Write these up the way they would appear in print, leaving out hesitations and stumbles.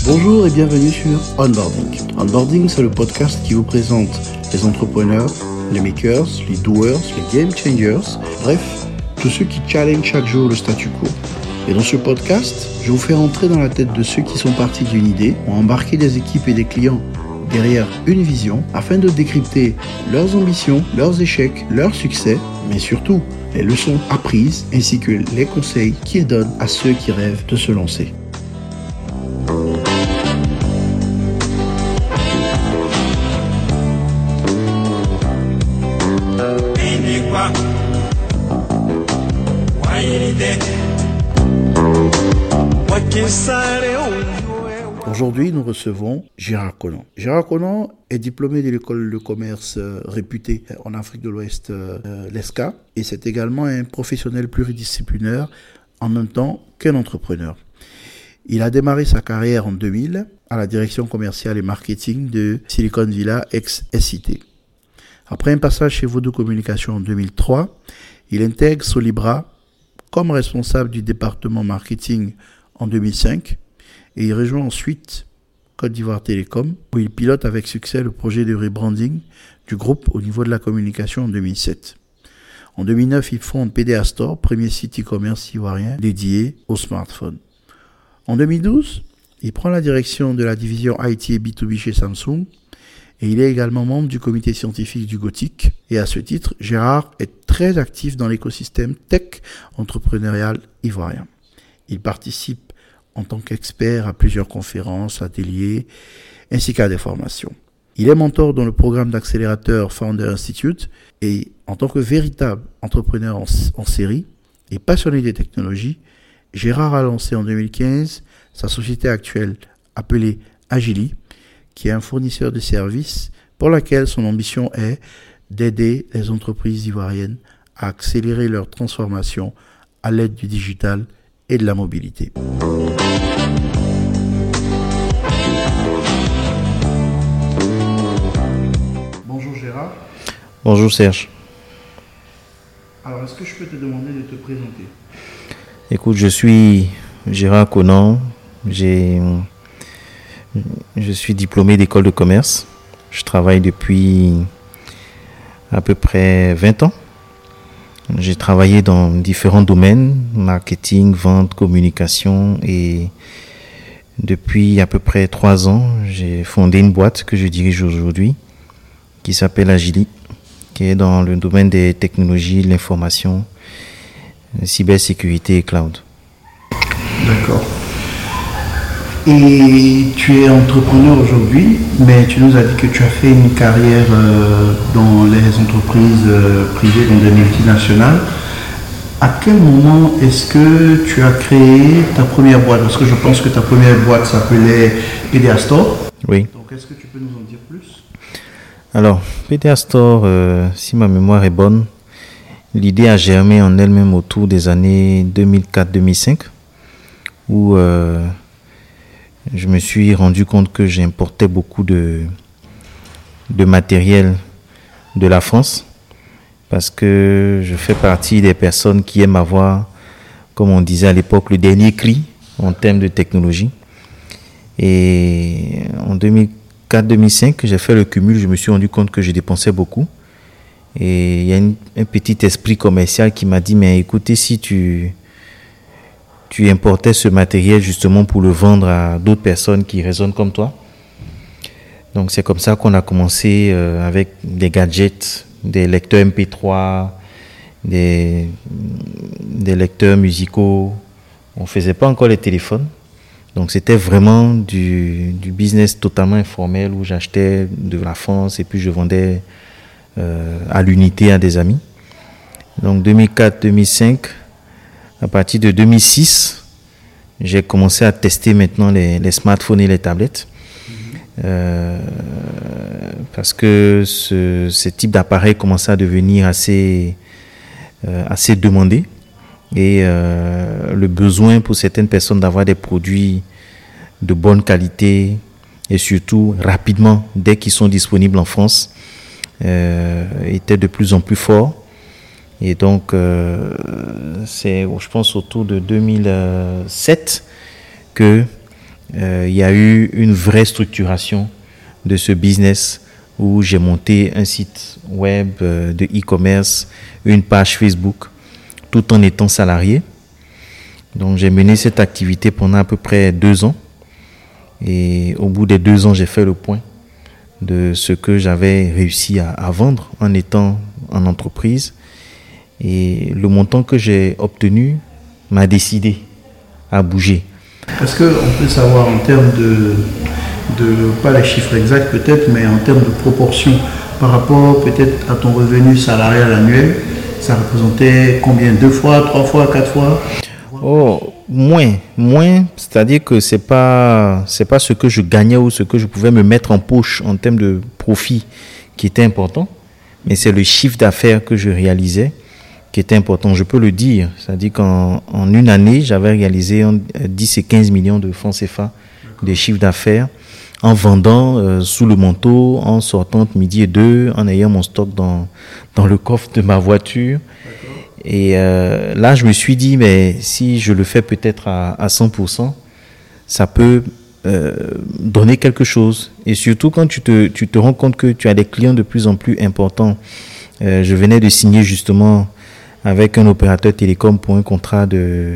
Bonjour et bienvenue sur Onboarding. Onboarding, c'est le podcast qui vous présente les entrepreneurs, les makers, les doers, les game changers, bref, tous ceux qui challengent chaque jour le statu quo. Et dans ce podcast, je vous fais rentrer dans la tête de ceux qui sont partis d'une idée, ont embarqué des équipes et des clients derrière une vision afin de décrypter leurs ambitions, leurs échecs, leurs succès, mais surtout les leçons apprises ainsi que les conseils qu'ils donnent à ceux qui rêvent de se lancer. Aujourd'hui, nous recevons Gérard Konan. Gérard Konan est diplômé de l'école de commerce réputée en Afrique de l'Ouest, l'ESCA, et c'est également un professionnel pluridisciplinaire en même temps qu'un entrepreneur. Il a démarré sa carrière en 2000 à la direction commerciale et marketing de Silicon Villa ex-SIT. Après un passage chez Vodou Communication en 2003, il intègre Solibra comme responsable du département marketing en 2005 et il rejoint ensuite Côte d'Ivoire Télécom où il pilote avec succès le projet de rebranding du groupe au niveau de la communication en 2007. En 2009, il fonde PDA Store, premier site e-commerce ivoirien dédié aux smartphones. En 2012, il prend la direction de la division IT et B2B chez Samsung et il est également membre du comité scientifique du Gothic. Et à ce titre, Gérard est très actif dans l'écosystème tech entrepreneurial ivoirien. Il participe en tant qu'expert à plusieurs conférences, ateliers, ainsi qu'à des formations. Il est mentor dans le programme d'accélérateur Founder Institute et en tant que véritable entrepreneur en série et passionné des technologies, Gérard a lancé en 2015 sa société actuelle appelée Agili, qui est un fournisseur de services pour laquelle son ambition est d'aider les entreprises ivoiriennes à accélérer leur transformation à l'aide du digital et de la mobilité. Bonjour Gérard. Bonjour Serge. Alors, est-ce que je peux te demander de te présenter ? Écoute, je suis Gérard Konan. Je suis diplômé d'école de commerce. Je travaille depuis à peu près 20 ans. J'ai travaillé dans différents domaines, marketing, vente, communication et depuis à peu près 3 ans, j'ai fondé une boîte que je dirige aujourd'hui qui s'appelle Agili, qui est dans le domaine des technologies, l'information, cybersécurité et cloud. D'accord. Et tu es entrepreneur aujourd'hui, mais tu nous as dit que tu as fait une carrière dans les entreprises privées, dans des multinationales. À quel moment est-ce que tu as créé ta première boîte ? Parce que je pense que ta première boîte s'appelait PDA Store. Oui. Donc est-ce que tu peux nous en dire plus ? Alors, PDA Store, si ma mémoire est bonne, l'idée a germé en elle-même autour des années 2004-2005, où je me suis rendu compte que j'importais beaucoup de matériel de la France parce que je fais partie des personnes qui aiment avoir, comme on disait à l'époque, le dernier cri en termes de technologie. Et en 2004-2005, j'ai fait le cumul, je me suis rendu compte que je dépensais beaucoup. Et il y a un petit esprit commercial qui m'a dit, mais écoutez, si tu importais ce matériel justement pour le vendre à d'autres personnes qui raisonnent comme toi. Donc c'est comme ça qu'on a commencé avec des gadgets, des lecteurs MP3, des lecteurs musicaux. On ne faisait pas encore les téléphones. Donc c'était vraiment du business totalement informel où j'achetais de la France et puis je vendais à l'unité à des amis. Donc 2004-2005, à partir de 2006, j'ai commencé à tester maintenant les smartphones et les tablettes. Parce que ce type d'appareil commençait à devenir assez demandé. Et le besoin pour certaines personnes d'avoir des produits de bonne qualité et surtout rapidement, dès qu'ils sont disponibles en France, était de plus en plus fort. Et donc, c'est, je pense, autour de 2007 que il y a eu une vraie structuration de ce business où j'ai monté un site web de e-commerce, une page Facebook, tout en étant salarié. Donc j'ai mené cette activité pendant à peu près 2 ans. Et au bout des 2 ans, j'ai fait le point de ce que j'avais réussi à vendre en étant en entreprise. Et le montant que j'ai obtenu m'a décidé à bouger. Est-ce qu'on peut savoir en termes de, pas les chiffres exacts peut-être, mais en termes de proportion par rapport peut-être à ton revenu salarial annuel, ça représentait combien? 2 fois, 3 fois, 4 fois? Oh, moins, c'est-à-dire que c'est pas ce que je gagnais ou ce que je pouvais me mettre en poche en termes de profit qui était important, mais c'est le chiffre d'affaires que je réalisais qui était important, je peux le dire. C'est-à-dire qu'en une année, j'avais réalisé 10 et 15 millions de francs CFA de chiffre d'affaires en vendant sous le manteau, en sortant entre midi et 2, en ayant mon stock dans le coffre de ma voiture. Et là, je me suis dit, mais si je le fais peut-être à 100%, ça peut donner quelque chose. Et surtout quand tu te rends compte que tu as des clients de plus en plus importants. Je venais de signer justement avec un opérateur télécom pour un contrat de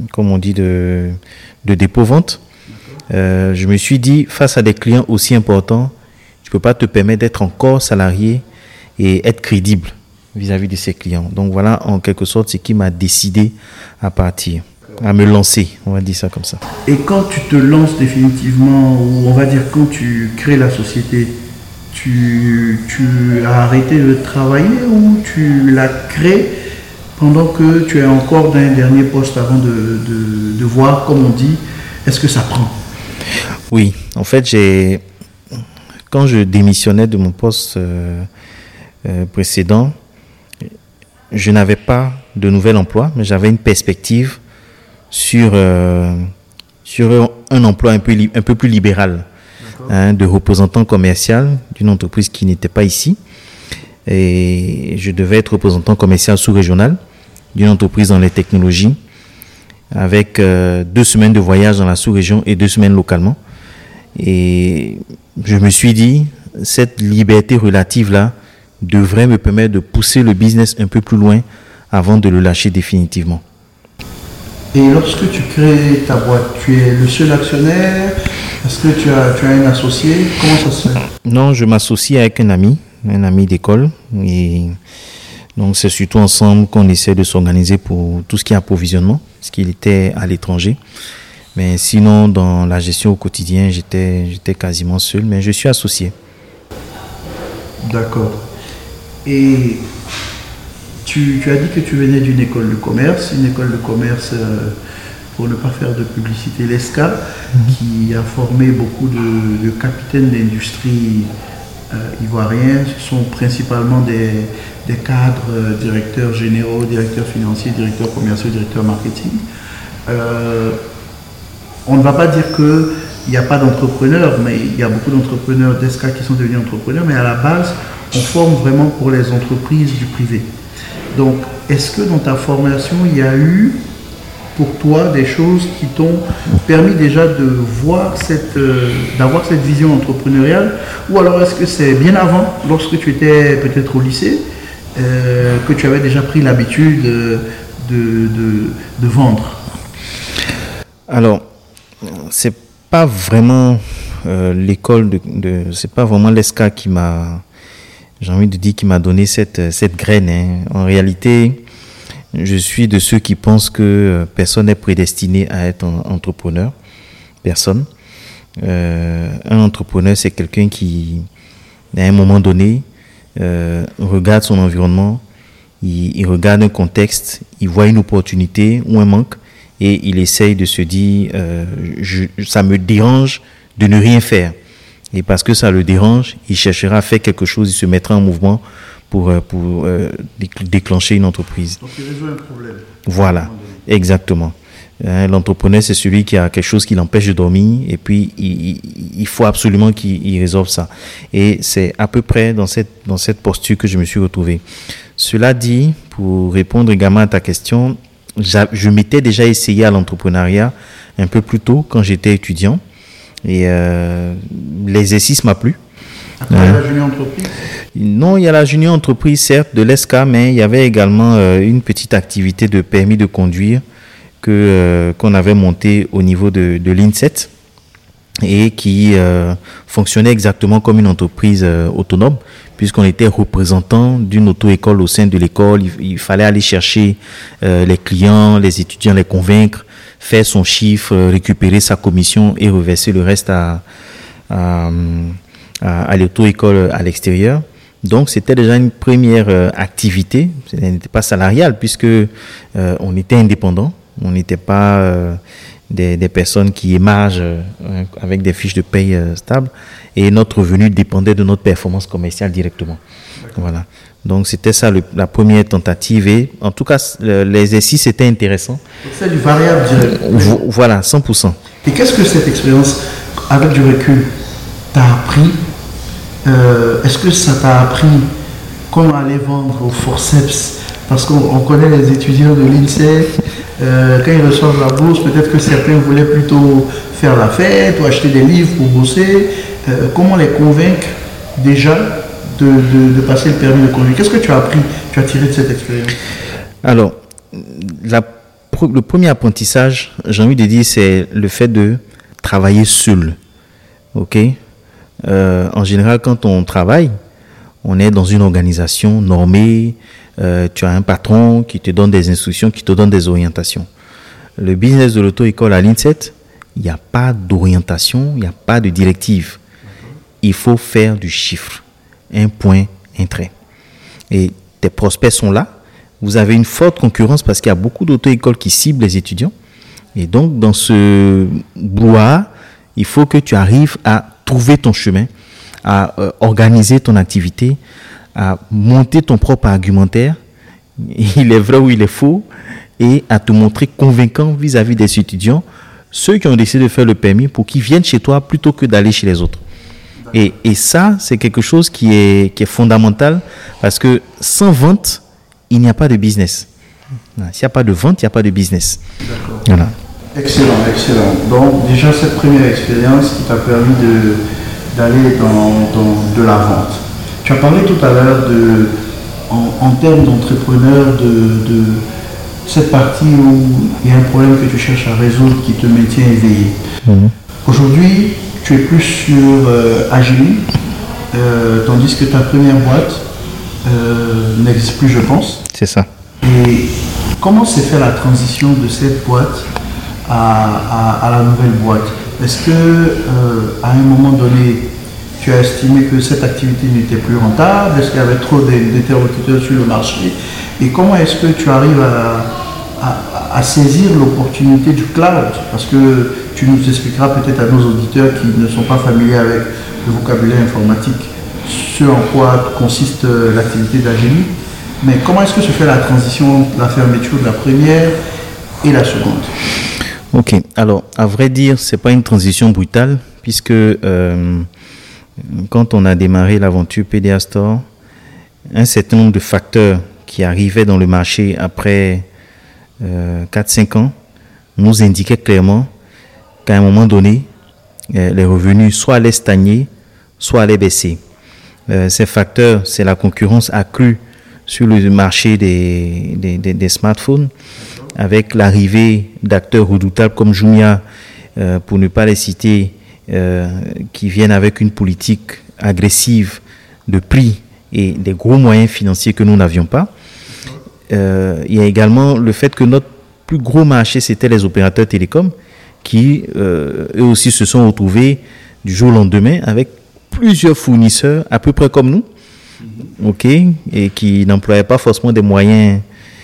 dépôt-vente. Je me suis dit, face à des clients aussi importants, tu peux pas te permettre d'être encore salarié et être crédible vis-à-vis de ces clients. Donc voilà, en quelque sorte, ce qui m'a décidé à partir, à me lancer, on va dire ça comme ça. Et quand tu te lances définitivement, ou on va dire quand tu crées la société, tu as arrêté de travailler ou tu l'as créé pendant que tu es encore dans un dernier poste avant de voir, comme on dit, est-ce que ça prend? Oui, en fait, quand je démissionnais de mon poste précédent, je n'avais pas de nouvel emploi, mais j'avais une perspective sur un emploi un peu plus libéral, de représentant commercial d'une entreprise qui n'était pas ici. Et je devais être représentant commercial sous-régional d'une entreprise dans les technologies, avec 2 semaines de voyage dans la sous-région et 2 semaines localement. Et je me suis dit, cette liberté relative-là devrait me permettre de pousser le business un peu plus loin avant de le lâcher définitivement. Et lorsque tu crées ta boîte, tu es le seul actionnaire? Est-ce que tu as un associé? Comment ça se fait? Non, je m'associe avec un ami d'école. Et donc c'est surtout ensemble qu'on essaie de s'organiser pour tout ce qui est approvisionnement, parce qu'il était à l'étranger. Mais sinon, dans la gestion au quotidien, j'étais quasiment seul, mais je suis associé. D'accord. Et tu as dit que tu venais d'une école de commerce, pour ne pas faire de publicité, l'ESCA, qui a formé beaucoup de capitaines d'industrie ivoiriens. Ce sont principalement des cadres, directeurs généraux, directeurs financiers, directeurs commerciaux, directeurs marketing. On ne va pas dire qu'il n'y a pas d'entrepreneurs, mais il y a beaucoup d'entrepreneurs d'ESCA qui sont devenus entrepreneurs, mais à la base, on forme vraiment pour les entreprises du privé. Donc, est-ce que dans ta formation, il y a eu pour toi des choses qui t'ont permis déjà d'avoir cette vision entrepreneuriale, ou alors est-ce que c'est bien avant, lorsque tu étais peut-être au lycée, que tu avais déjà pris l'habitude de vendre? Alors, c'est pas vraiment l'école c'est pas vraiment l'ESCA qui m'a, j'ai envie de dire, qui m'a donné cette graine, hein. En réalité, je suis de ceux qui pensent que personne n'est prédestiné à être entrepreneur. Personne. Un entrepreneur, c'est quelqu'un qui, à un moment donné, regarde son environnement, il regarde un contexte, il voit une opportunité ou un manque, et il essaye de se dire ça me dérange de ne rien faire. Et parce que ça le dérange, il cherchera à faire quelque chose, il se mettra en mouvement pour déclencher une entreprise. Donc il résout un problème. Voilà, exactement. L'entrepreneur, c'est celui qui a quelque chose qui l'empêche de dormir, et puis il faut absolument qu'il résolve ça. Et c'est à peu près dans cette posture que je me suis retrouvé. Cela dit, pour répondre également à ta question, je m'étais déjà essayé à l'entrepreneuriat un peu plus tôt quand j'étais étudiant. Et l'exercice m'a plu. Après la junior entreprise? Non, il y a la junior entreprise, certes, de l'ESCA, mais il y avait également une petite activité de permis de conduire qu'on avait montée au niveau de l'INSET et qui fonctionnait exactement comme une entreprise autonome, puisqu'on était représentant d'une auto-école au sein de l'école. Il fallait aller chercher les clients, les étudiants, les convaincre, faire son chiffre, récupérer sa commission et reverser le reste à l'auto-école à l'extérieur. Donc, c'était déjà une première activité. Ce n'était pas salarial puisque on était indépendant. On n'était pas des personnes qui émargent avec des fiches de paye stables. Et notre revenu dépendait de notre performance commerciale directement. D'accord. Voilà. Donc, c'était ça la première tentative. Et en tout cas, l'exercice était intéressant. C'est du variable direct. Voilà, 100%. Et qu'est-ce que cette expérience, avec du recul, t'a appris? Est-ce que ça t'a appris comment aller vendre au forceps? Parce qu'on connaît les étudiants de l'INSEE, quand ils reçoivent la bourse, peut-être que certains voulaient plutôt faire la fête ou acheter des livres pour bosser. Comment les convaincre déjà de passer le permis de conduire? Qu'est-ce que tu as appris, tu as tiré de cette expérience? Alors, le premier apprentissage, j'ai envie de dire, c'est le fait de travailler seul. Ok? En général, quand on travaille, on est dans une organisation normée, tu as un patron qui te donne des instructions, qui te donne des orientations. Le business de l'auto-école à l'INSET, il n'y a pas d'orientation, il n'y a pas de directive. Il faut faire du chiffre. Un point, un trait. Et tes prospects sont là. Vous avez une forte concurrence parce qu'il y a beaucoup d'auto-écoles qui ciblent les étudiants. Et donc, dans ce brouhaha, il faut que tu arrives à trouver ton chemin, à organiser ton activité, à monter ton propre argumentaire, il est vrai ou il est faux, et à te montrer convaincant vis-à-vis des étudiants, ceux qui ont décidé de faire le permis, pour qu'ils viennent chez toi plutôt que d'aller chez les autres. Et ça, c'est quelque chose qui est fondamental, parce que sans vente, il n'y a pas de business. S'il n'y a pas de vente, il n'y a pas de business. D'accord. Voilà. Excellent, excellent. Donc déjà cette première expérience qui t'a permis d'aller dans de la vente. Tu as parlé tout à l'heure en termes d'entrepreneur de cette partie où il y a un problème que tu cherches à résoudre qui te maintient éveillé. Aujourd'hui, tu es plus sur Agili, tandis que ta première boîte n'existe plus, je pense. C'est ça. Et comment s'est fait la transition de cette boîte à la nouvelle boîte? Est-ce que à un moment donné, tu as estimé que cette activité n'était plus rentable? Est-ce qu'il y avait trop d'interlocuteurs sur le marché? Et comment est-ce que tu arrives à saisir l'opportunité du cloud? Parce que tu nous expliqueras peut-être à nos auditeurs qui ne sont pas familiers avec le vocabulaire informatique ce en quoi consiste l'activité d'Agili. Mais comment est-ce que se fait la transition, la fermeture de la première et la seconde? Ok, alors à vrai dire, c'est pas une transition brutale, puisque quand on a démarré l'aventure PDA Store, un certain nombre de facteurs qui arrivaient dans le marché après 4-5 ans nous indiquaient clairement qu'à un moment donné, les revenus soit allaient stagner, soit allaient baisser. Ces facteurs, c'est la concurrence accrue sur le marché des smartphones, avec l'arrivée d'acteurs redoutables comme Jumia, pour ne pas les citer, qui viennent avec une politique agressive de prix et des gros moyens financiers que nous n'avions pas. Il y a également le fait que notre plus gros marché, c'était les opérateurs télécoms, qui eux aussi se sont retrouvés du jour au lendemain avec plusieurs fournisseurs à peu près comme nous, ok, et qui n'employaient pas forcément des moyens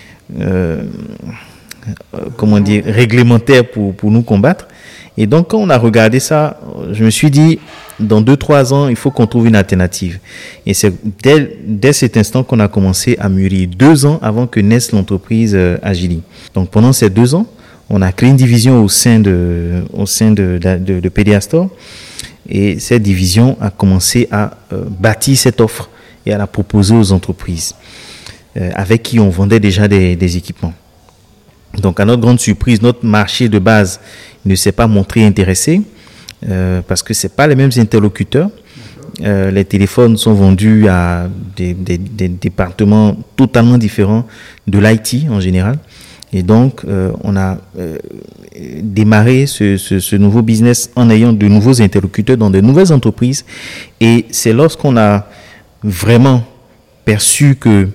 réglementaires pour nous combattre. Et donc, quand on a regardé ça, je me suis dit, dans 2-3 ans, il faut qu'on trouve une alternative. Et c'est dès cet instant qu'on a commencé à mûrir, 2 ans avant que naisse l'entreprise Agili. Donc, pendant ces 2 ans, on a créé une division au sein de PDA Store. Et cette division a commencé à bâtir cette offre et à la proposer aux entreprises avec qui on vendait déjà des équipements. Donc, à notre grande surprise, notre marché de base ne s'est pas montré intéressé. parce que c'est pas les mêmes interlocuteurs. Les téléphones sont vendus à des départements totalement différents de l'IT en général. Et donc, on a démarré ce nouveau business en ayant de nouveaux interlocuteurs dans de nouvelles entreprises. Et c'est lorsqu'on a vraiment perçu que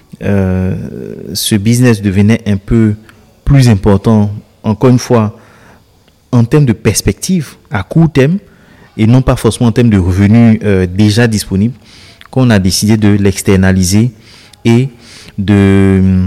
ce business devenait un peu plus important, encore une fois, en termes de perspective, à court terme, et non pas forcément en termes de revenus déjà disponibles, qu'on a décidé de l'externaliser et de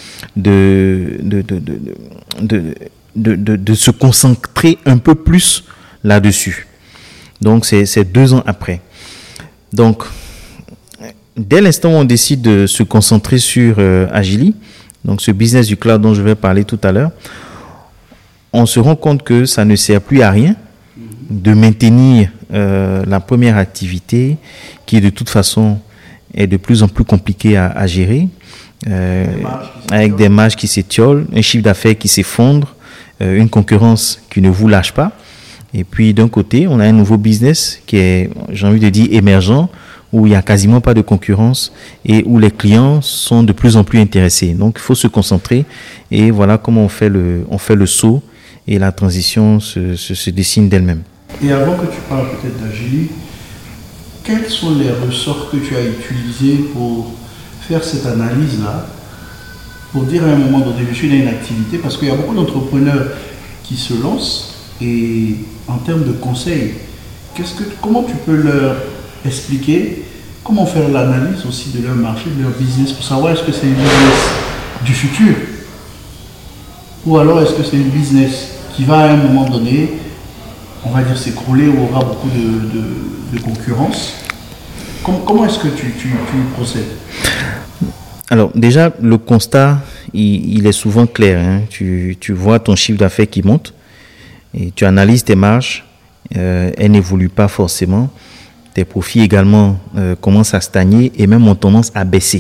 se concentrer un peu plus là-dessus. Donc, c'est 2 ans après. Donc, dès l'instant où on décide de se concentrer sur Agili, donc ce business du cloud dont je vais parler tout à l'heure, on se rend compte que ça ne sert plus à rien de maintenir la première activité qui de toute façon est de plus en plus compliquée à gérer, avec des marges qui s'étiolent, un chiffre d'affaires qui s'effondre, une concurrence qui ne vous lâche pas. Et puis d'un côté, on a un nouveau business qui est, j'ai envie de dire, émergent, où il n'y a quasiment pas de concurrence et où les clients sont de plus en plus intéressés. Donc il faut se concentrer et voilà comment on fait le saut et la transition se dessine d'elle-même. Et avant que tu parles peut-être d'Agili, quels sont les ressorts que tu as utilisés pour faire cette analyse-là, pour dire à un moment donné, je suis dans une activité, parce qu'il y a beaucoup d'entrepreneurs qui se lancent et en termes de conseils, comment tu peux leur expliquer, comment faire l'analyse aussi de leur marché, de leur business, pour savoir est-ce que c'est un business du futur ou alors est-ce que c'est un business qui va à un moment donné, on va dire, s'écrouler ou aura beaucoup de concurrence. Comment est-ce que tu procèdes? Alors déjà, le constat, il est souvent clair. Hein. Tu vois ton chiffre d'affaires qui monte et tu analyses tes marges. Elles n'évoluent pas forcément. Tes profits également commencent à stagner et même ont tendance à baisser.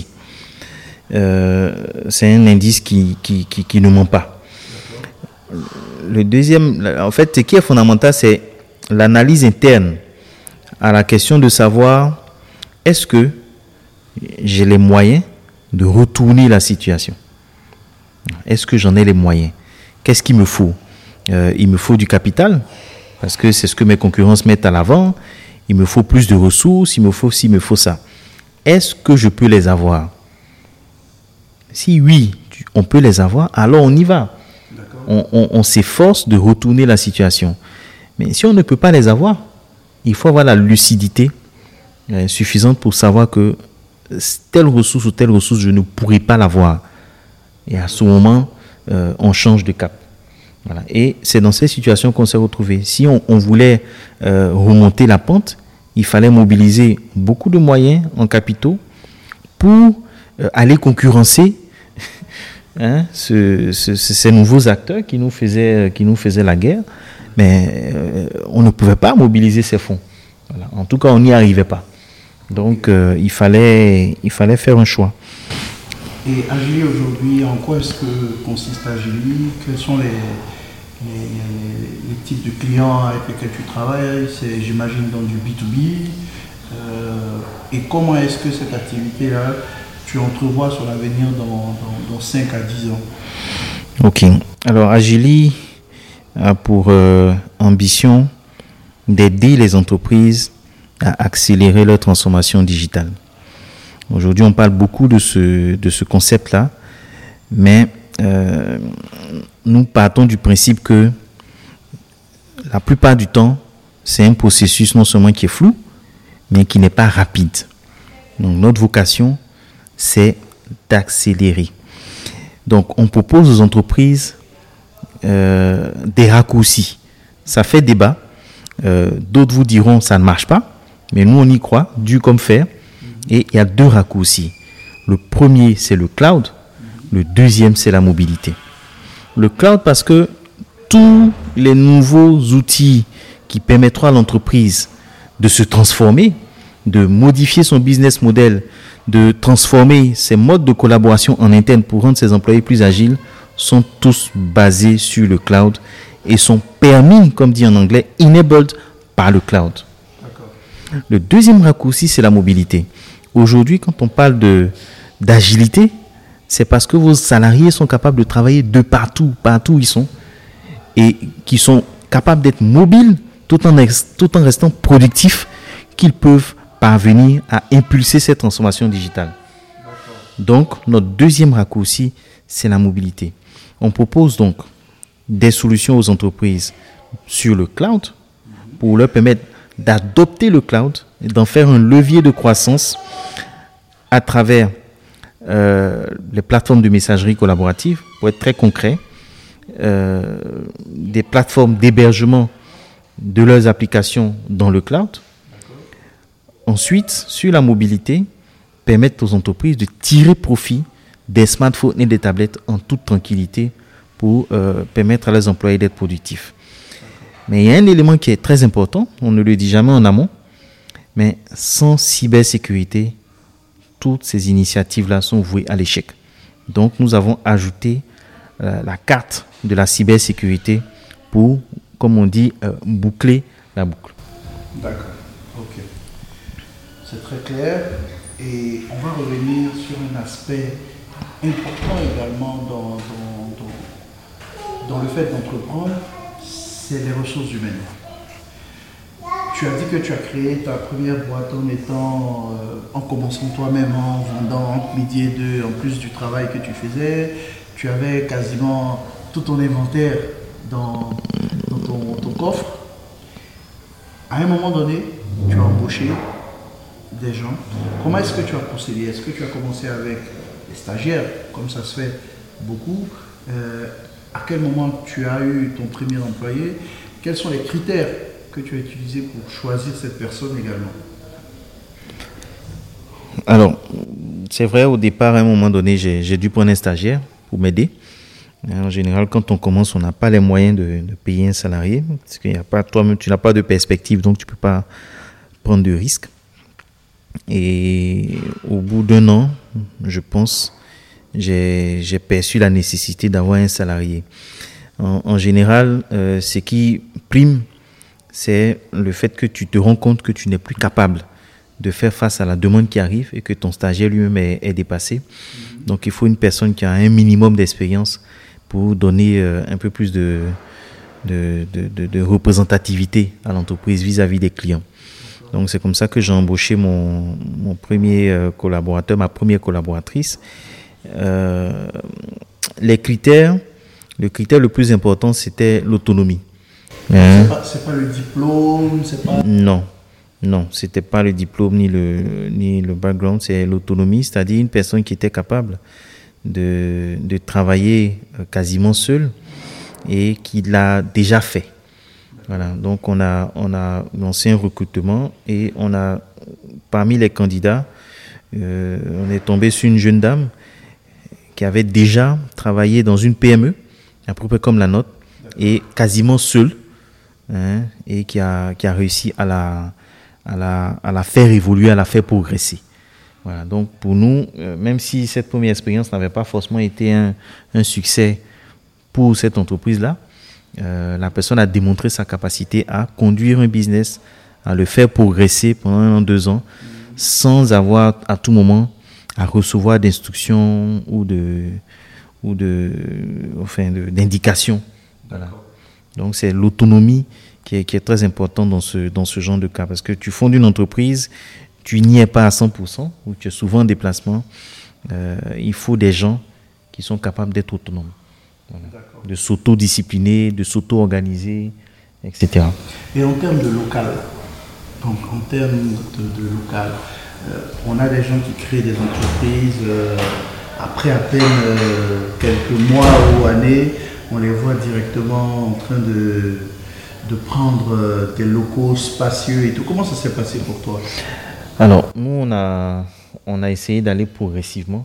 C'est un indice qui ne ment pas. Le deuxième, en fait, ce qui est fondamental, c'est l'analyse interne à la question de savoir est-ce que j'ai les moyens de retourner la situation? Est-ce que j'en ai les moyens? Qu'est-ce qu'il me faut? Il me faut du capital, parce que c'est ce que mes concurrents mettent à l'avant. Il me faut plus de ressources, il me faut ci, il me faut ça. Est-ce que je peux les avoir? Si oui, on peut les avoir, alors on y va. On s'efforce de retourner la situation. Mais si on ne peut pas les avoir, il faut avoir la lucidité suffisante pour savoir que telle ressource ou telle ressource, je ne pourrai pas l'avoir. Et à ce moment, on change de cap. Voilà. Et c'est dans ces situations qu'on s'est retrouvé. Si on voulait remonter la pente, il fallait mobiliser beaucoup de moyens en capitaux pour aller concurrencer ces nouveaux acteurs qui nous faisaient la guerre. Mais on ne pouvait pas mobiliser ces fonds. Voilà. En tout cas, on n'y arrivait pas. Donc, il fallait faire un choix. Et Agili aujourd'hui, en quoi est-ce que consiste Agili? Quels sont les types de clients avec lesquels tu travailles? C'est, j'imagine, dans du B2B. Et comment est-ce que cette activité-là, tu entrevois sur l'avenir dans 5 à 10 ans? Ok. Alors, Agili a pour ambition d'aider les entreprises à accélérer leur transformation digitale. Aujourd'hui, on parle beaucoup de ce concept-là, mais nous partons du principe que la plupart du temps, c'est un processus non seulement qui est flou, mais qui n'est pas rapide. Donc, notre vocation, c'est d'accélérer. Donc, on propose aux entreprises des raccourcis. Ça fait débat. D'autres vous diront ça ne marche pas, mais nous, on y croit, dur comme fer. Et il y a 2 raccourcis. Le premier, c'est le cloud. Le deuxième, c'est la mobilité. Le cloud, parce que tous les nouveaux outils qui permettront à l'entreprise de se transformer, de modifier son business model, de transformer ses modes de collaboration en interne pour rendre ses employés plus agiles, sont tous basés sur le cloud et sont permis, comme dit en anglais, enabled par le cloud. D'accord. Le deuxième raccourci, c'est la mobilité. Aujourd'hui, quand on parle d'agilité, c'est parce que vos salariés sont capables de travailler de partout où ils sont, et qui sont capables d'être mobiles tout en restant productifs, qu'ils peuvent parvenir à impulser cette transformation digitale. Donc, notre deuxième raccourci, c'est la mobilité. On propose donc des solutions aux entreprises sur le cloud pour leur permettre d'adopter le cloud et d'en faire un levier de croissance à travers les plateformes de messagerie collaborative, pour être très concret, des plateformes d'hébergement de leurs applications dans le cloud. Ensuite, sur la mobilité, permettre aux entreprises de tirer profit des smartphones et des tablettes en toute tranquillité pour permettre à leurs employés d'être productifs. Mais il y a un élément qui est très important, on ne le dit jamais en amont, mais sans cybersécurité, toutes ces initiatives-là sont vouées à l'échec. Donc, nous avons ajouté la carte de la cybersécurité pour, comme on dit, boucler la boucle. D'accord, ok. C'est très clair. Et on va revenir sur un aspect important également dans le fait d'entreprendre, c'est les ressources humaines. Tu as dit que tu as créé ta première boîte en commençant toi-même, en vendant entre midi et deux, en plus du travail que tu faisais. Tu avais quasiment tout ton inventaire dans ton coffre. À un moment donné, tu as embauché des gens. Comment est-ce que tu as procédé? Est-ce que tu as commencé avec les stagiaires, comme ça se fait beaucoup? À quel moment tu as eu ton premier employé? Quels sont les critères que tu as utilisés pour choisir cette personne également? Alors, c'est vrai, au départ, à un moment donné, j'ai dû prendre un stagiaire pour m'aider. En général, quand on commence, on n'a pas les moyens de payer un salarié, parce qu'il y a pas, toi-même, tu n'as pas de perspective, donc tu ne peux pas prendre de risques. Et au bout d'un an, je pense, j'ai perçu la nécessité d'avoir un salarié. En général, ce qui prime, c'est le fait que tu te rends compte que tu n'es plus capable de faire face à la demande qui arrive et que ton stagiaire lui-même est dépassé. Donc, il faut une personne qui a un minimum d'expérience pour donner un peu plus de représentativité à l'entreprise vis-à-vis des clients. Donc, c'est comme ça que j'ai embauché mon premier collaborateur, ma première collaboratrice. Le critère le plus important, c'était l'autonomie. C'est pas le diplôme, c'est pas... Non, c'était pas le diplôme ni le background, c'est l'autonomie, c'est-à-dire une personne qui était capable de travailler quasiment seule et qui l'a déjà fait. Voilà, donc on a lancé un recrutement et on a, parmi les candidats, on est tombé sur une jeune dame qui avait déjà travaillé dans une PME, à peu près comme la nôtre, et quasiment seule, et qui a réussi à la faire évoluer, à la faire progresser. Voilà, donc pour nous, même si cette première expérience n'avait pas forcément été un succès pour cette entreprise-là, la personne a démontré sa capacité à conduire un business, à le faire progresser pendant 1 an, 2 ans, sans avoir à tout moment à recevoir d'instructions ou d'indications. Voilà. Donc c'est l'autonomie qui est très importante dans ce genre de cas, parce que tu fondes une entreprise, tu n'y es pas à 100%, ou tu es souvent en déplacement. Il faut des gens qui sont capables d'être autonomes. Voilà. De s'auto-discipliner, de s'auto-organiser, etc. Et en termes de local, on a des gens qui créent des entreprises, après à peine quelques mois ou années, on les voit directement en train de prendre des locaux spacieux et tout. Comment ça s'est passé pour toi? Alors, nous, on a essayé d'aller progressivement.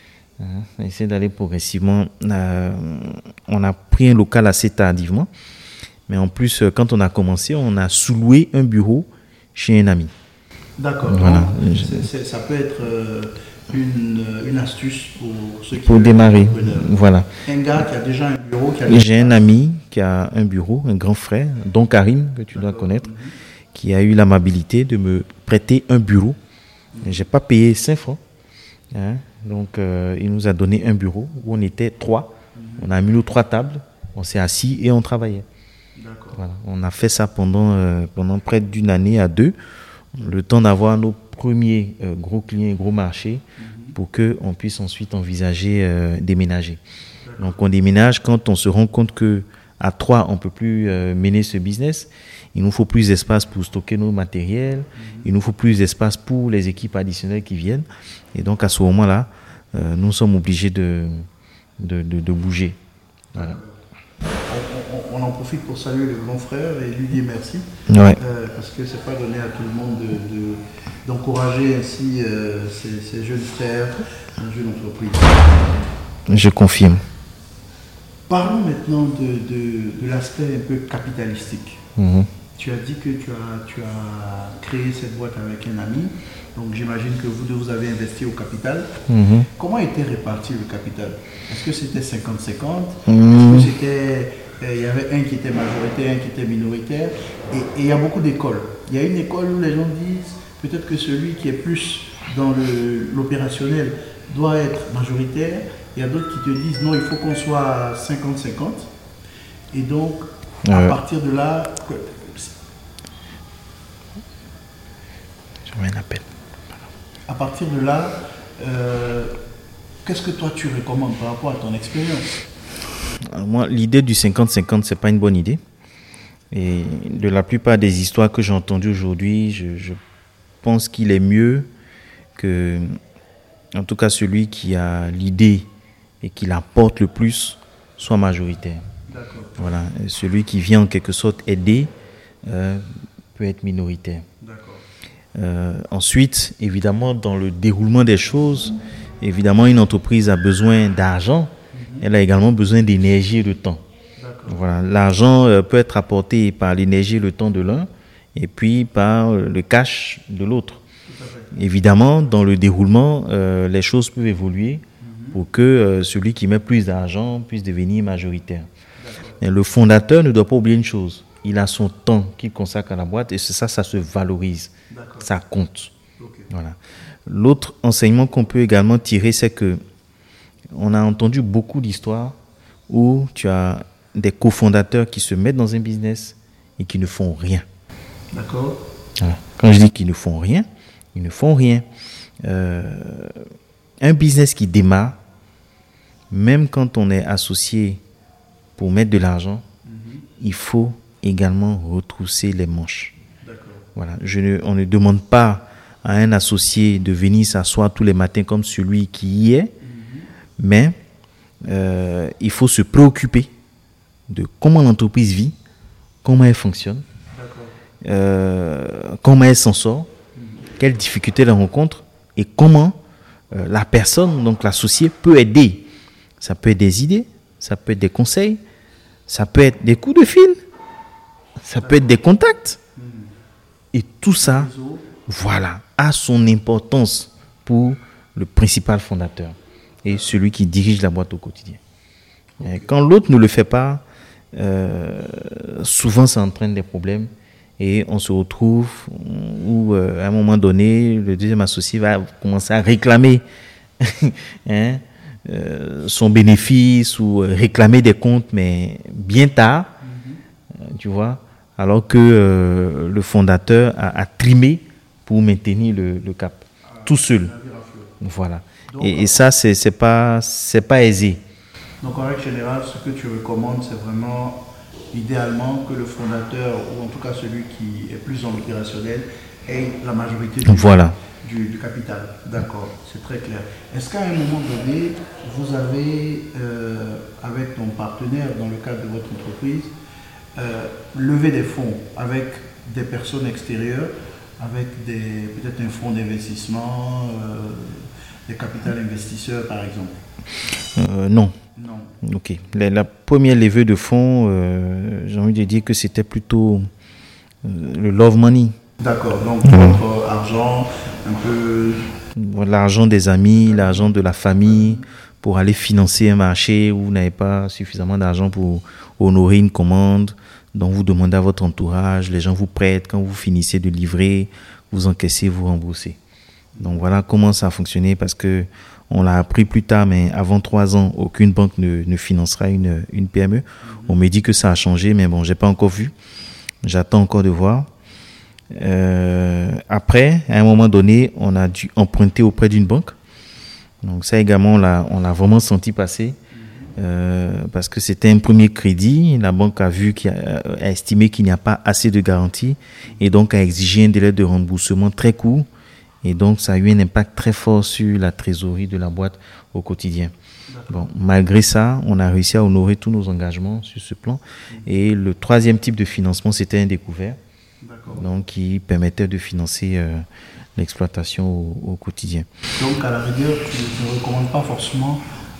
On a pris un local assez tardivement. Mais en plus, quand on a commencé, on a sous-loué un bureau chez un ami. D'accord. Voilà. Ça peut être une astuce pour ceux qui... Pour démarrer, voilà. Un gars qui a déjà un bureau... J'ai un ami qui a un bureau, un grand frère, Don Karim, que tu dois connaître, qui a eu l'amabilité de me prêter un bureau. Je n'ai pas payé 5 francs. Hein. Donc, il nous a donné un bureau où on était 3. On a mis nos 3 tables, on s'est assis et on travaillait. Voilà. On a fait ça pendant près d'une année à 2, le temps d'avoir nos premiers gros clients, gros marchés, pour qu'on puisse ensuite envisager déménager. Donc, on déménage quand on se rend compte qu'à 3, on ne peut plus mener ce business. Il nous faut plus d'espace pour stocker nos matériels. Il nous faut plus d'espace pour les équipes additionnelles qui viennent. Et donc, à ce moment-là, nous sommes obligés de bouger. Voilà. On en profite pour saluer le grand frère et lui dire merci. Ouais. Parce que ce n'est pas donné à tout le monde d'encourager ainsi ces jeunes frères dans une entreprise. Je confirme. Parlons maintenant de l'aspect un peu capitalistique. Tu as dit que tu as créé cette boîte avec un ami. Donc j'imagine que vous deux, vous avez investi au capital. Comment était réparti le capital? Est-ce que c'était 50-50? Est-ce que c'était... Il y avait un qui était majoritaire, un qui était minoritaire. Et il y a beaucoup d'écoles. Il y a une école où les gens disent peut-être que celui qui est plus dans l'opérationnel doit être majoritaire. Il y a d'autres qui te disent non, il faut qu'on soit 50-50. Et donc, à partir de là... J'aurais un appel. À partir de là, qu'est-ce que toi tu recommandes par rapport à ton expérience? Alors moi, l'idée du 50-50, c'est pas une bonne idée. Et de la plupart des histoires que j'ai entendues aujourd'hui, je pense qu'il est mieux que, en tout cas, celui qui a l'idée et qui la porte le plus soit majoritaire. D'accord. Voilà. Et celui qui vient en quelque sorte aider peut être minoritaire. D'accord. Ensuite, évidemment, dans le déroulement des choses, évidemment, une entreprise a besoin d'argent. Elle a également besoin d'énergie et de temps. Voilà. L'argent peut être apporté par l'énergie et le temps de l'un et puis par le cash de l'autre. Évidemment, dans le déroulement, les choses peuvent évoluer pour que celui qui met plus d'argent puisse devenir majoritaire. Et le fondateur ne doit pas oublier une chose. Il a son temps qu'il consacre à la boîte et ça se valorise. D'accord. Ça compte. Okay. Voilà. L'autre enseignement qu'on peut également tirer, c'est que on a entendu beaucoup d'histoires où tu as des cofondateurs qui se mettent dans un business et qui ne font rien. D'accord. Voilà. Quand je dis qu'ils ne font rien, ils ne font rien. Un business qui démarre, même quand on est associé pour mettre de l'argent, il faut également retrousser les manches. D'accord. Voilà. On ne demande pas à un associé de venir s'asseoir tous les matins comme celui qui y est, mais il faut se préoccuper de comment l'entreprise vit, comment elle fonctionne, comment elle s'en sort, quelles difficultés elle rencontre et comment la personne, donc l'associé, peut aider. Ça peut être des idées, ça peut être des conseils, ça peut être des coups de fil, ça peut être des contacts. Et tout ça, voilà, a son importance pour le principal fondateur et celui qui dirige la boîte au quotidien. Et quand l'autre ne le fait pas, souvent ça entraîne des problèmes et on se retrouve où à un moment donné, le deuxième associé va commencer à réclamer son bénéfice ou réclamer des comptes, mais bien tard, tu vois, alors que le fondateur a trimé pour maintenir le cap, tout seul. Voilà. Donc, et ça, c'est pas aisé. Donc, en règle générale, ce que tu recommandes, c'est vraiment, idéalement, que le fondateur, ou en tout cas celui qui est plus dans l'opérationnel, ait la majorité du capital. D'accord, c'est très clair. Est-ce qu'à un moment donné, vous avez, avec ton partenaire, dans le cadre de votre entreprise, levé des fonds avec des personnes extérieures, avec peut-être un fonds d'investissement, des capital investisseurs par exemple? Non. Ok. La première levée de fonds, j'ai envie de dire que c'était plutôt le love money. D'accord. Donc votre argent, un peu... L'argent des amis, l'argent de la famille, pour aller financer un marché où vous n'avez pas suffisamment d'argent pour honorer une commande. Donc, vous demandez à votre entourage, les gens vous prêtent, quand vous finissez de livrer, vous encaissez, vous remboursez. Donc, voilà comment ça a fonctionné parce que on l'a appris plus tard, mais avant 3 ans, aucune banque ne financera une PME. On me dit que ça a changé, mais bon, j'ai pas encore vu. J'attends encore de voir. Après, à un moment donné, on a dû emprunter auprès d'une banque. Donc ça également, on l'a vraiment senti passer parce que c'était un premier crédit. La banque a estimé qu'il n'y a pas assez de garantie et donc a exigé un délai de remboursement très court. Et donc, ça a eu un impact très fort sur la trésorerie de la boîte au quotidien. Bon, malgré ça, on a réussi à honorer tous nos engagements sur ce plan. Et le troisième type de financement, c'était un découvert. Donc, qui permettait de financer l'exploitation au quotidien. Donc, à la rigueur, tu ne recommandes pas forcément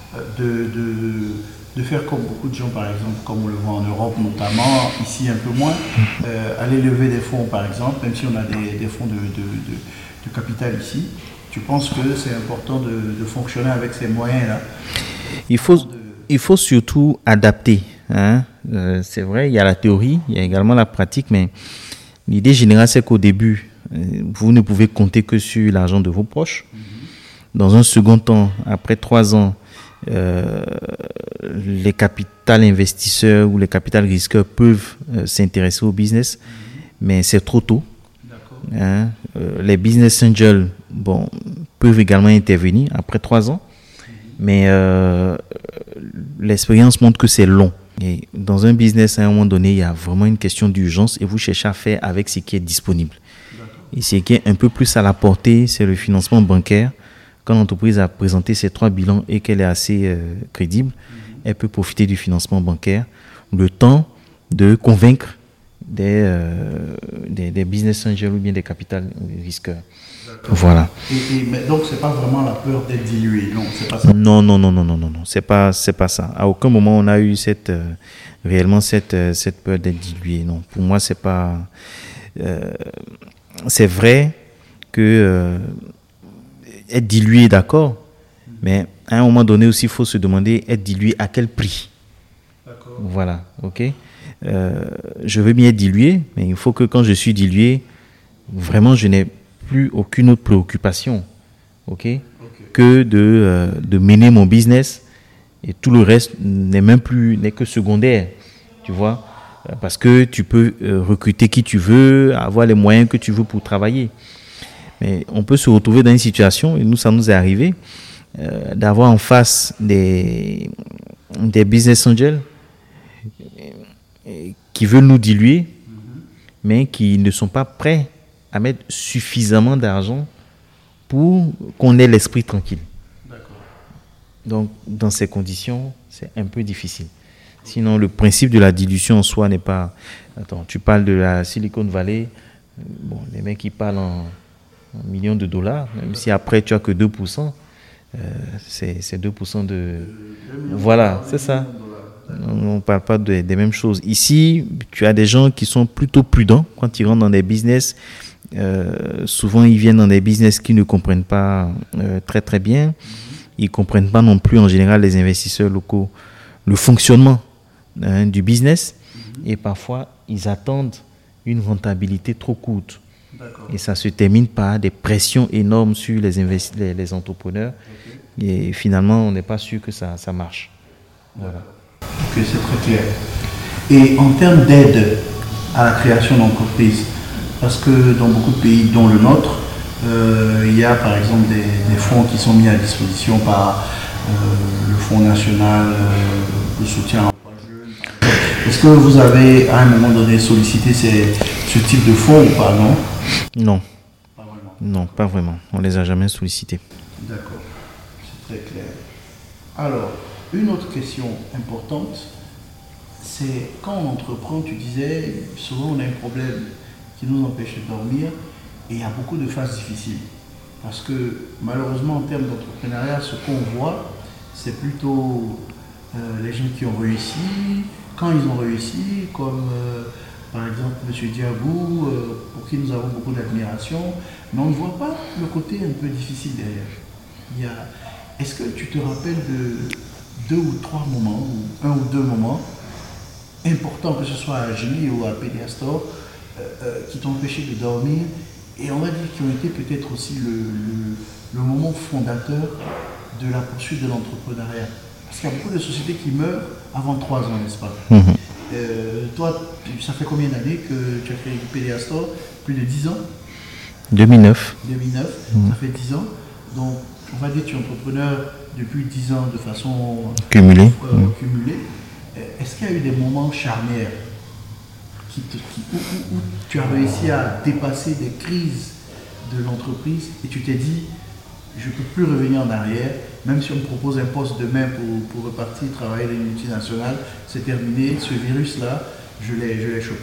de faire comme beaucoup de gens, par exemple, comme on le voit en Europe notamment, ici un peu moins, aller lever des fonds, par exemple, même si on a des fonds de capital ici. Tu penses que c'est important de fonctionner avec ces moyens-là? Il faut surtout adapter. Hein. C'est vrai, il y a la théorie, il y a également la pratique, mais l'idée générale, c'est qu'au début, vous ne pouvez compter que sur l'argent de vos proches. Dans un second temps, après 3 ans, les capital investisseurs ou les capital risqueurs peuvent s'intéresser au business, mais c'est trop tôt. Hein. Les business angels peuvent également intervenir après 3 ans, mais l'expérience montre que c'est long. Et dans un business, à un moment donné, il y a vraiment une question d'urgence et vous cherchez à faire avec ce qui est disponible. Et ce qui est un peu plus à la portée, c'est le financement bancaire. Quand l'entreprise a présenté ses 3 bilans et qu'elle est assez crédible, elle peut profiter du financement bancaire. Le temps de convaincre des business angels ou bien des capital risqueurs. Voilà. Mais donc, c'est pas vraiment la peur d'être dilué, non, c'est pas ça. Non, c'est pas ça. À aucun moment on a eu réellement cette peur d'être dilué. Non, pour moi c'est pas. C'est vrai que être dilué, d'accord, mais à un moment donné aussi il faut se demander être dilué à quel prix. D'accord. Voilà, ok. Je veux bien être dilué, mais il faut que quand je suis dilué, vraiment je n'ai plus aucune autre préoccupation, que de mener mon business et tout le reste n'est que secondaire, tu vois, parce que tu peux recruter qui tu veux, avoir les moyens que tu veux pour travailler. Mais on peut se retrouver dans une situation, et nous ça nous est arrivé, d'avoir en face des business angels qui veulent nous diluer, mais qui ne sont pas prêts à mettre suffisamment d'argent pour qu'on ait l'esprit tranquille. D'accord. Donc, dans ces conditions, c'est un peu difficile. Sinon, le principe de la dilution en soi n'est pas... Attends, tu parles de la Silicon Valley, les mecs qui parlent en millions de dollars, même si après tu as que 2%, c'est 2% de... Voilà, c'est ça. On ne parle pas des mêmes choses. Ici, tu as des gens qui sont plutôt prudents quand ils rentrent dans des business. Souvent, ils viennent dans des business qu'ils ne comprennent pas très très bien. Ils ne comprennent pas non plus en général, les investisseurs locaux, le fonctionnement du business. Et parfois, ils attendent une rentabilité trop courte. D'accord. Et ça se termine par des pressions énormes sur les entrepreneurs. Okay. Et finalement, on n'est pas sûr que ça marche. Voilà. Ok, c'est très clair. Et en termes d'aide à la création d'entreprises, parce que dans beaucoup de pays, dont le nôtre, il y a par exemple des fonds qui sont mis à disposition par le Fonds national de soutien à l'emploi jeune. Est-ce que vous avez à un moment donné sollicité ce type de fonds ou pas, non? Non. Pas vraiment. Non, pas vraiment. On ne les a jamais sollicités. D'accord, c'est très clair. Alors, une autre question importante, c'est quand on entreprend, tu disais, souvent on a un problème qui nous empêche de dormir et il y a beaucoup de phases difficiles. Parce que malheureusement en termes d'entrepreneuriat, ce qu'on voit, c'est plutôt les gens qui ont réussi, quand ils ont réussi, comme par exemple M. Diabou, pour qui nous avons beaucoup d'admiration, mais on ne voit pas le côté un peu difficile derrière. Est-ce que tu te rappelles de 2 ou 3 moments, ou 1 ou 2 moments, importants, que ce soit à Gili ou à Pédiastor, qui t'ont empêché de dormir et on va dire qui ont été peut-être aussi le moment fondateur de la poursuite de l'entrepreneuriat. Parce qu'il y a beaucoup de sociétés qui meurent avant 3 ans, n'est-ce pas? Toi, ça fait combien d'années que tu as créé Pédiastor? Plus de 10 ans? 2009. 2009, ça fait 10 ans. Donc, on va dire que tu es entrepreneur depuis 10 ans de façon Cumulée. Cumulée. Est-ce qu'il y a eu des moments charnières où tu as réussi à dépasser des crises de l'entreprise et tu t'es dit, je ne peux plus revenir en arrière, même si on me propose un poste demain pour repartir travailler dans une multinationale, c'est terminé, ce virus-là, je l'ai chopé.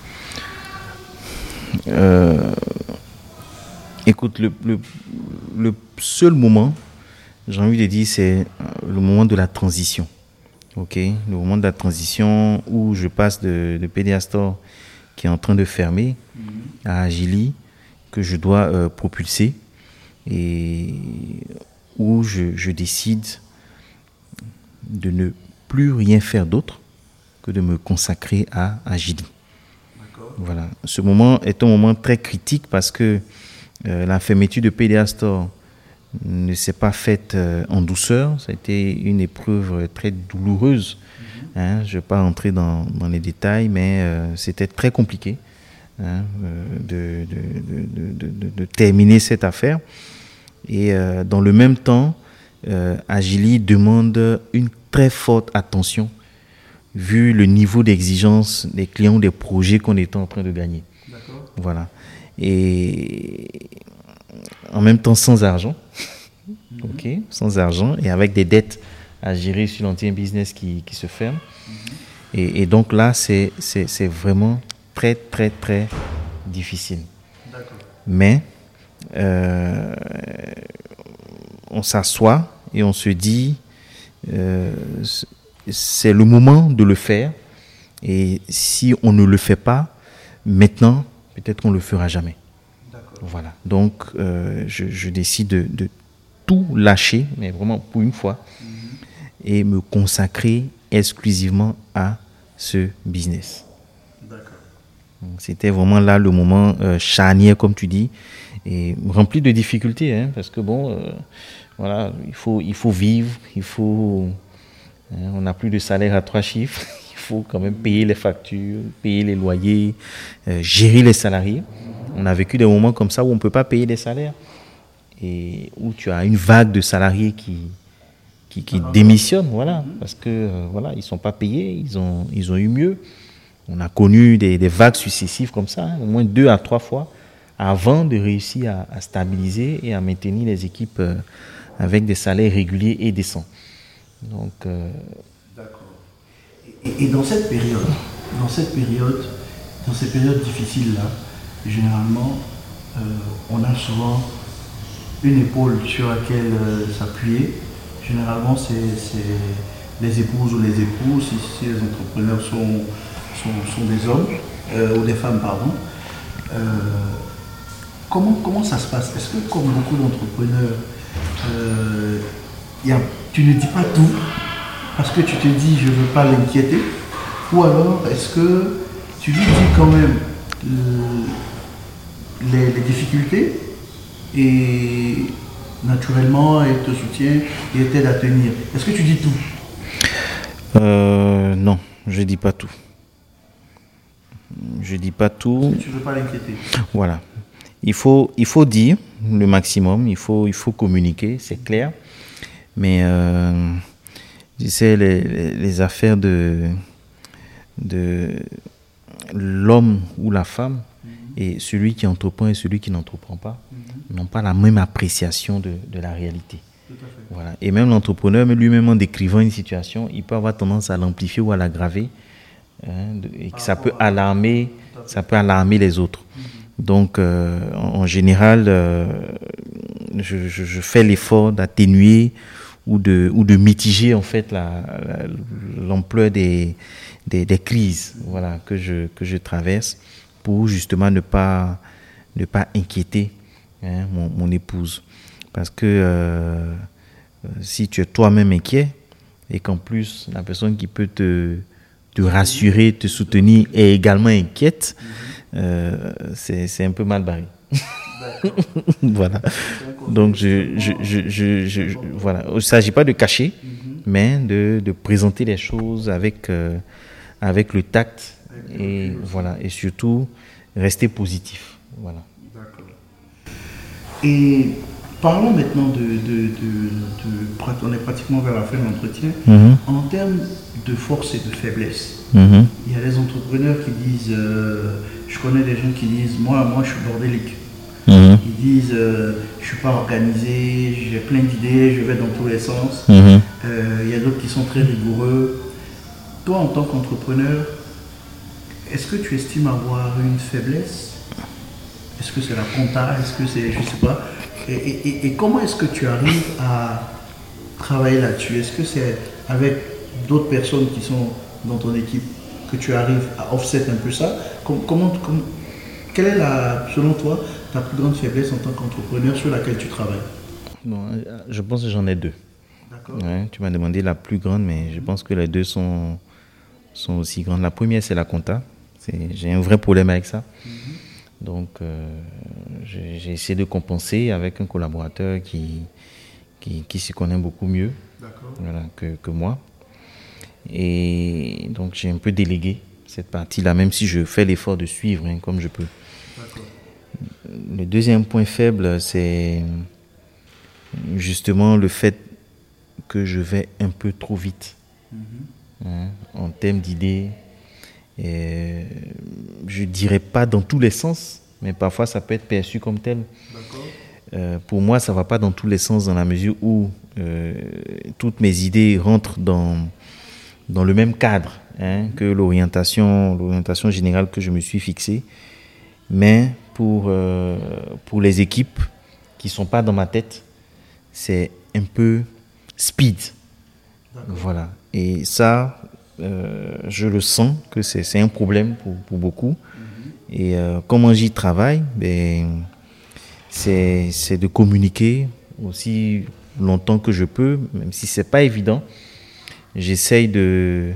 Écoute, le seul moment, j'ai envie de dire, c'est le moment de la transition. Ok, le moment de la transition où je passe de Pédiastor qui est en train de fermer à Agili, que je dois propulser et où je décide de ne plus rien faire d'autre que de me consacrer à Agili. Voilà. Ce moment est un moment très critique parce que la fermeture de Pédiastor ne s'est pas faite en douceur. Ça a été une épreuve très douloureuse. Je ne vais pas entrer dans les détails, mais c'était très compliqué de terminer cette affaire. Et dans le même temps, Agili demande une très forte attention vu le niveau d'exigence des clients, des projets qu'on était en train de gagner. D'accord. Voilà. Et en même temps sans argent, sans argent et avec des dettes à gérer sur l'ancien business qui se ferme. Et donc là, c'est vraiment très, très, très difficile. D'accord. Mais on s'assoit et on se dit, c'est le moment de le faire. Et si on ne le fait pas maintenant, peut-être qu'on ne le fera jamais. D'accord. Voilà. Donc, je décide de tout lâcher, mais vraiment pour une fois, et me consacrer exclusivement à ce business. D'accord. Donc, c'était vraiment là le moment charnière, comme tu dis, et rempli de difficultés, parce que bon, voilà, il faut vivre, on n'a plus de salaire à 3 chiffres. Il faut quand même payer les factures, payer les loyers, gérer les salariés. On a vécu des moments comme ça où on ne peut pas payer des salaires et où tu as une vague de salariés qui démissionnent, voilà, parce que voilà, ils ne sont pas payés, ils ont eu mieux. On a connu des vagues successives comme ça, au moins 2 à 3 fois, avant de réussir à stabiliser et à maintenir les équipes avec des salaires réguliers et décents. Donc, d'accord. Et dans cette période, dans ces périodes difficiles-là, généralement, on a souvent une épaule sur laquelle s'appuyer. Généralement, c'est les épouses ou les époux, si les entrepreneurs sont des hommes, ou des femmes, pardon. Comment ça se passe? Est-ce que, comme beaucoup d'entrepreneurs, tu ne dis pas tout parce que tu te dis je ne veux pas l'inquiéter, ou alors est-ce que tu lui dis quand même les difficultés et naturellement elle te soutient et t'aide à tenir? Est-ce que tu dis tout? Non, je ne dis pas tout. Je dis pas tout. Parce que tu ne veux pas l'inquiéter. Voilà. Il faut dire le maximum, il faut communiquer, c'est clair. Mais tu sais, les affaires de l'homme ou la femme et celui qui entreprend et celui qui n'entreprend pas n'ont pas la même appréciation de la réalité. Tout à fait. Voilà. Et même l'entrepreneur, lui-même en décrivant une situation, il peut avoir tendance à l'amplifier ou à l'aggraver, et que ça peut alarmer les autres. Donc, en général, je fais l'effort d'atténuer ou de mitiger en fait l'ampleur des crises, voilà, que je traverse pour justement ne pas inquiéter mon épouse. Parce que si tu es toi-même inquiet et qu'en plus la personne qui peut te te rassurer, te soutenir et également inquiète, c'est un peu mal barré. Voilà. Donc, voilà. Il ne s'agit pas de cacher, mais de présenter les choses avec le tact et, voilà, et surtout rester positif. Voilà. D'accord. Et parlons maintenant on est pratiquement vers la fin de l'entretien. En termes de force et de faiblesse, il y a des entrepreneurs qui disent, je connais des gens qui disent, moi je suis bordélique. Ils disent, je suis pas organisé, j'ai plein d'idées, je vais dans tous les sens. Il y a d'autres qui sont très rigoureux. Toi, en tant qu'entrepreneur, est-ce que tu estimes avoir une faiblesse? Est-ce que c'est la compta? Est-ce que c'est, je sais pas. Et comment est-ce que tu arrives à travailler là-dessus? Est-ce que c'est avec d'autres personnes qui sont dans ton équipe que tu arrives à offset un peu ça? Quelle est, selon toi, ta plus grande faiblesse en tant qu'entrepreneur sur laquelle tu travailles? Bon, je pense que j'en ai deux. D'accord. Ouais, tu m'as demandé la plus grande, mais je pense que les deux sont aussi grandes. La première, c'est la compta. J'ai un vrai problème avec ça. Donc, j'ai essayé de compenser avec un collaborateur qui s'y connaît beaucoup mieux, voilà, que moi. Et donc, j'ai un peu délégué cette partie-là, même si je fais l'effort de suivre comme je peux. D'accord. Le deuxième point faible, c'est justement le fait que je vais un peu trop vite en termes d'idées. Je ne dirais pas dans tous les sens, mais parfois ça peut être perçu comme tel. Pour moi, ça ne va pas dans tous les sens dans la mesure où toutes mes idées rentrent dans le même cadre que l'orientation générale que je me suis fixée. Mais pour les équipes qui ne sont pas dans ma tête, c'est un peu speed. Voilà. Et ça, je le sens que c'est un problème pour beaucoup. Et comment j'y travaille, c'est de communiquer aussi longtemps que je peux, même si ce n'est pas évident. J'essaye de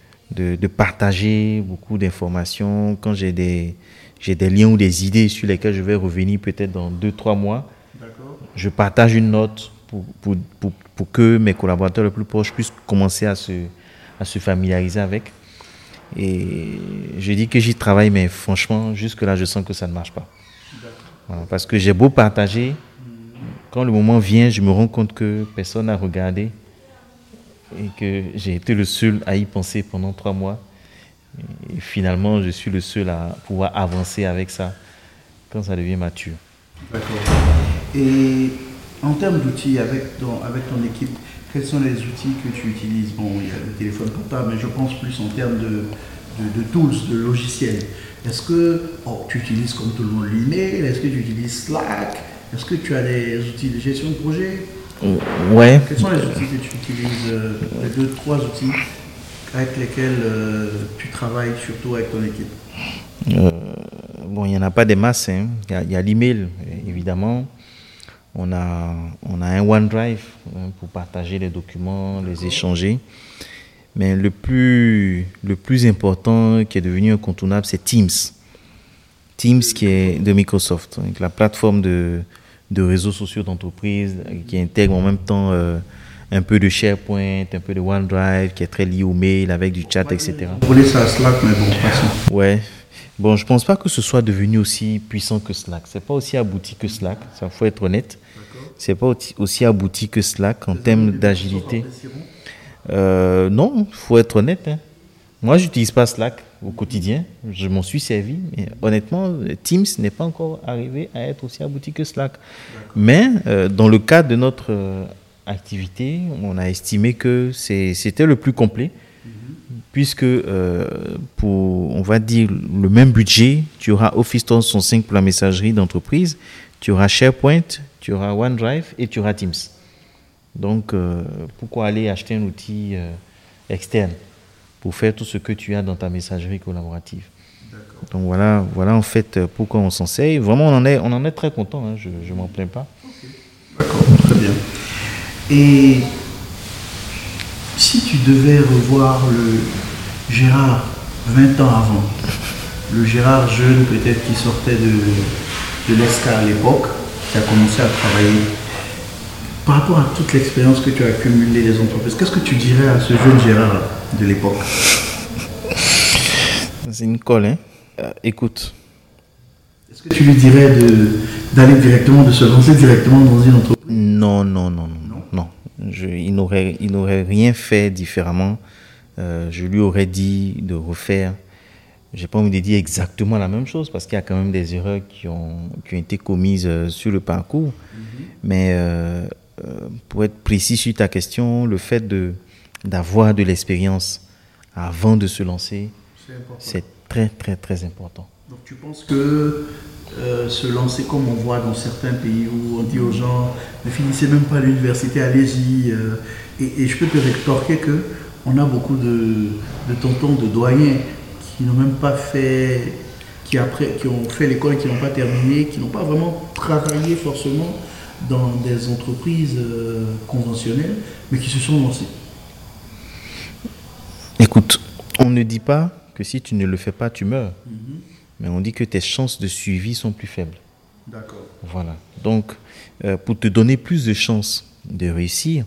partager beaucoup d'informations. Quand j'ai des liens ou des idées sur lesquelles je vais revenir peut-être dans 2-3 mois, je partage une note pour que mes collaborateurs les plus proches puissent commencer à se familiariser avec. Et je dis que j'y travaille, mais franchement, jusque-là, je sens que ça ne marche pas. Voilà, parce que j'ai beau partager, quand le moment vient, je me rends compte que personne n'a regardé et que j'ai été le seul à y penser pendant 3 mois. Et finalement, je suis le seul à pouvoir avancer avec ça quand ça devient mature. D'accord. Et en termes d'outils, avec ton équipe, quels sont les outils que tu utilises? Bon, il y a le téléphone portable, mais je pense plus en termes de tools, de logiciels. Est-ce que tu utilises comme tout le monde l'email? Est-ce que tu utilises Slack? Est-ce que tu as des outils de gestion de projet? Ouais. Quels sont les outils que tu utilises, les 2-3 outils avec lesquels tu travailles surtout avec ton équipe? Bon, il n'y en a pas des masses. Il y a l'email, évidemment. On a un OneDrive pour partager les documents, les échanger. Mais le plus important, qui est devenu incontournable, c'est Teams. Teams qui est de Microsoft, donc la plateforme de réseaux sociaux d'entreprise qui intègre en même temps un peu de SharePoint, un peu de OneDrive, qui est très lié au mail avec du chat, etc. Vous voulez ça Slack, mais bon, passons. Ouais. Bon, je ne pense pas que ce soit devenu aussi puissant que Slack. Ce n'est pas aussi abouti que Slack, ça faut être honnête. Ce n'est pas aussi abouti que Slack en termes d'agilité. Non, il faut être honnête. Moi, je n'utilise pas Slack au quotidien. Je m'en suis servi. Mais honnêtement, Teams n'est pas encore arrivé à être aussi abouti que Slack. Mais dans le cadre de notre activité, on a estimé que c'était le plus complet. Puisque pour, on va dire, le même budget, tu auras Office 365 pour la messagerie d'entreprise, tu auras SharePoint, tu auras OneDrive et tu auras Teams. Donc, pourquoi aller acheter un outil externe pour faire tout ce que tu as dans ta messagerie collaborative? Donc voilà en fait pourquoi on s'en sert. Vraiment, on en est très content, je ne m'en plains pas. D'accord, très bien. Et si tu devais revoir Gérard, 20 ans avant, le Gérard jeune peut-être qui sortait de l'ESCA à l'époque, qui a commencé à travailler, par rapport à toute l'expérience que tu as accumulée des entreprises, qu'est-ce que tu dirais à ce jeune Gérard de l'époque? C'est une colle, hein. Écoute. Est-ce que tu lui dirais d'aller directement, de se lancer directement dans une entreprise? Non. Il n'aurait rien fait différemment. Je lui aurais dit de refaire. J'ai pas envie de dire exactement la même chose parce qu'il y a quand même des erreurs qui ont été commises sur le parcours. Mais pour être précis sur ta question, le fait d'avoir de l'expérience avant de se lancer, c'est très, très, très important. Donc tu penses que se lancer comme on voit dans certains pays où on dit aux gens ne finissez même pas l'université, allez-y. Et je peux te rétorquer qu'on a beaucoup de tontons, de doyens qui n'ont même pas fait, qui ont fait l'école et qui n'ont pas terminé, qui n'ont pas vraiment travaillé forcément dans des entreprises conventionnelles, mais qui se sont lancés. Écoute, on ne dit pas que si tu ne le fais pas, tu meurs. Mais on dit que tes chances de suivi sont plus faibles. D'accord. Voilà. Donc, pour te donner plus de chances de réussir,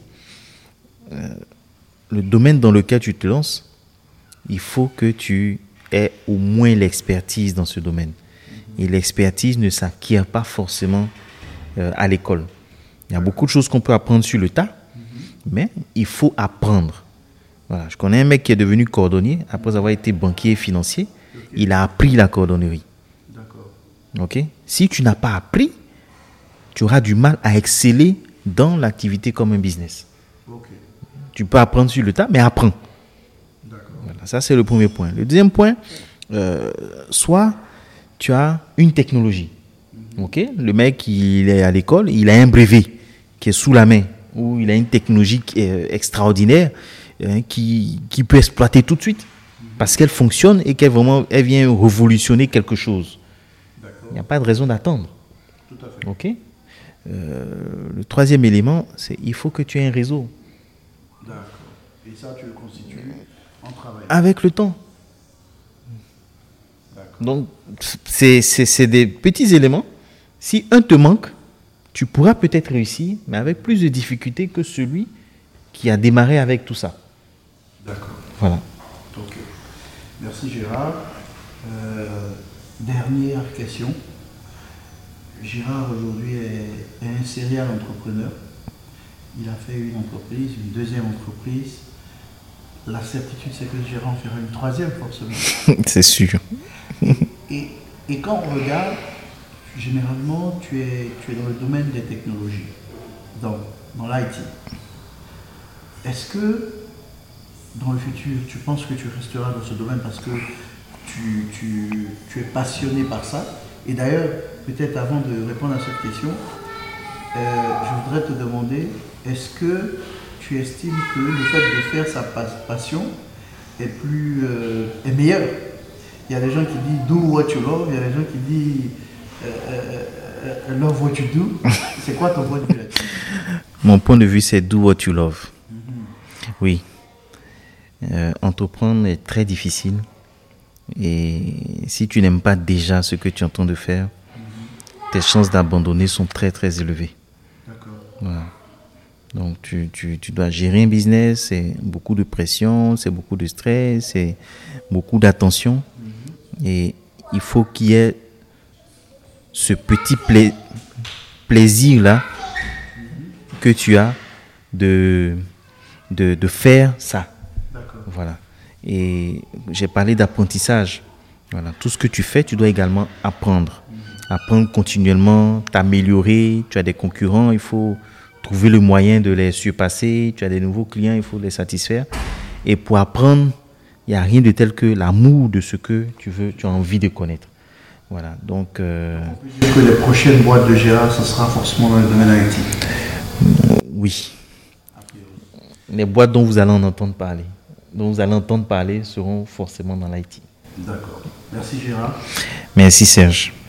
le domaine dans lequel tu te lances, il faut que tu aies au moins l'expertise dans ce domaine. Et l'expertise ne s'acquiert pas forcément à l'école. Il y a beaucoup de choses qu'on peut apprendre sur le tas, mais il faut apprendre. Voilà. Je connais un mec qui est devenu cordonnier après avoir été banquier et financier. Il a appris la cordonnerie. D'accord. Ok? Si tu n'as pas appris, tu auras du mal à exceller dans l'activité comme un business. Ok. Tu peux apprendre sur le tas, mais apprends. D'accord. Voilà, ça, c'est le premier point. Le deuxième point, soit tu as une technologie. Ok? Le mec, il est à l'école, il a un brevet qui est sous la main, ou il a une technologie qui est extraordinaire, qui peut exploiter tout de suite. Parce qu'elle fonctionne et elle vient révolutionner quelque chose. D'accord. Il n'y a pas de raison d'attendre. Tout à fait. Ok. Le troisième élément, c'est il faut que tu aies un réseau. D'accord. Et ça, tu le constitues en travaillant. Avec le temps. D'accord. Donc, c'est des petits éléments. Si un te manque, tu pourras peut-être réussir, mais avec plus de difficultés que celui qui a démarré avec tout ça. D'accord. Voilà. Ok. Merci Gérard. Dernière question. Gérard aujourd'hui est un serial entrepreneur. Il a fait une entreprise, une deuxième entreprise. La certitude, c'est que Gérard en fera une troisième forcément. C'est sûr. Et quand on regarde, généralement, tu es dans le domaine des technologies, dans l'IT. Est-ce que dans le futur, tu penses que tu resteras dans ce domaine parce que tu es passionné par ça? Et d'ailleurs, peut-être avant de répondre à cette question, je voudrais te demander, est-ce que tu estimes que le fait de faire sa passion est meilleur? Il y a des gens qui disent do what you love, il y a des gens qui disent love what you do. C'est quoi ton point de vue là-dessus? Mon point de vue, c'est do what you love. Oui. Entreprendre est très difficile. Et si tu n'aimes pas déjà ce que tu es en train de faire, tes chances d'abandonner sont très très élevées. D'accord. Voilà. Donc tu dois gérer un business, c'est beaucoup de pression, c'est beaucoup de stress, c'est beaucoup d'attention. Et il faut qu'il y ait ce petit plaisir-là que tu as de faire ça. D'accord. Voilà. Et j'ai parlé d'apprentissage. Voilà. Tout ce que tu fais, tu dois également apprendre. Apprendre continuellement, t'améliorer. Tu as des concurrents, il faut trouver le moyen de les surpasser. Tu as des nouveaux clients, il faut les satisfaire. Et pour apprendre, il n'y a rien de tel que l'amour de ce que tu as envie de connaître. Voilà. Donc, on peut dire que les prochaines boîtes de Gérard, ce sera forcément dans le domaine IT. Oui. Les boîtes dont vous allez entendre parler seront forcément dans l'IT. D'accord. Merci Gérard. Merci Serge.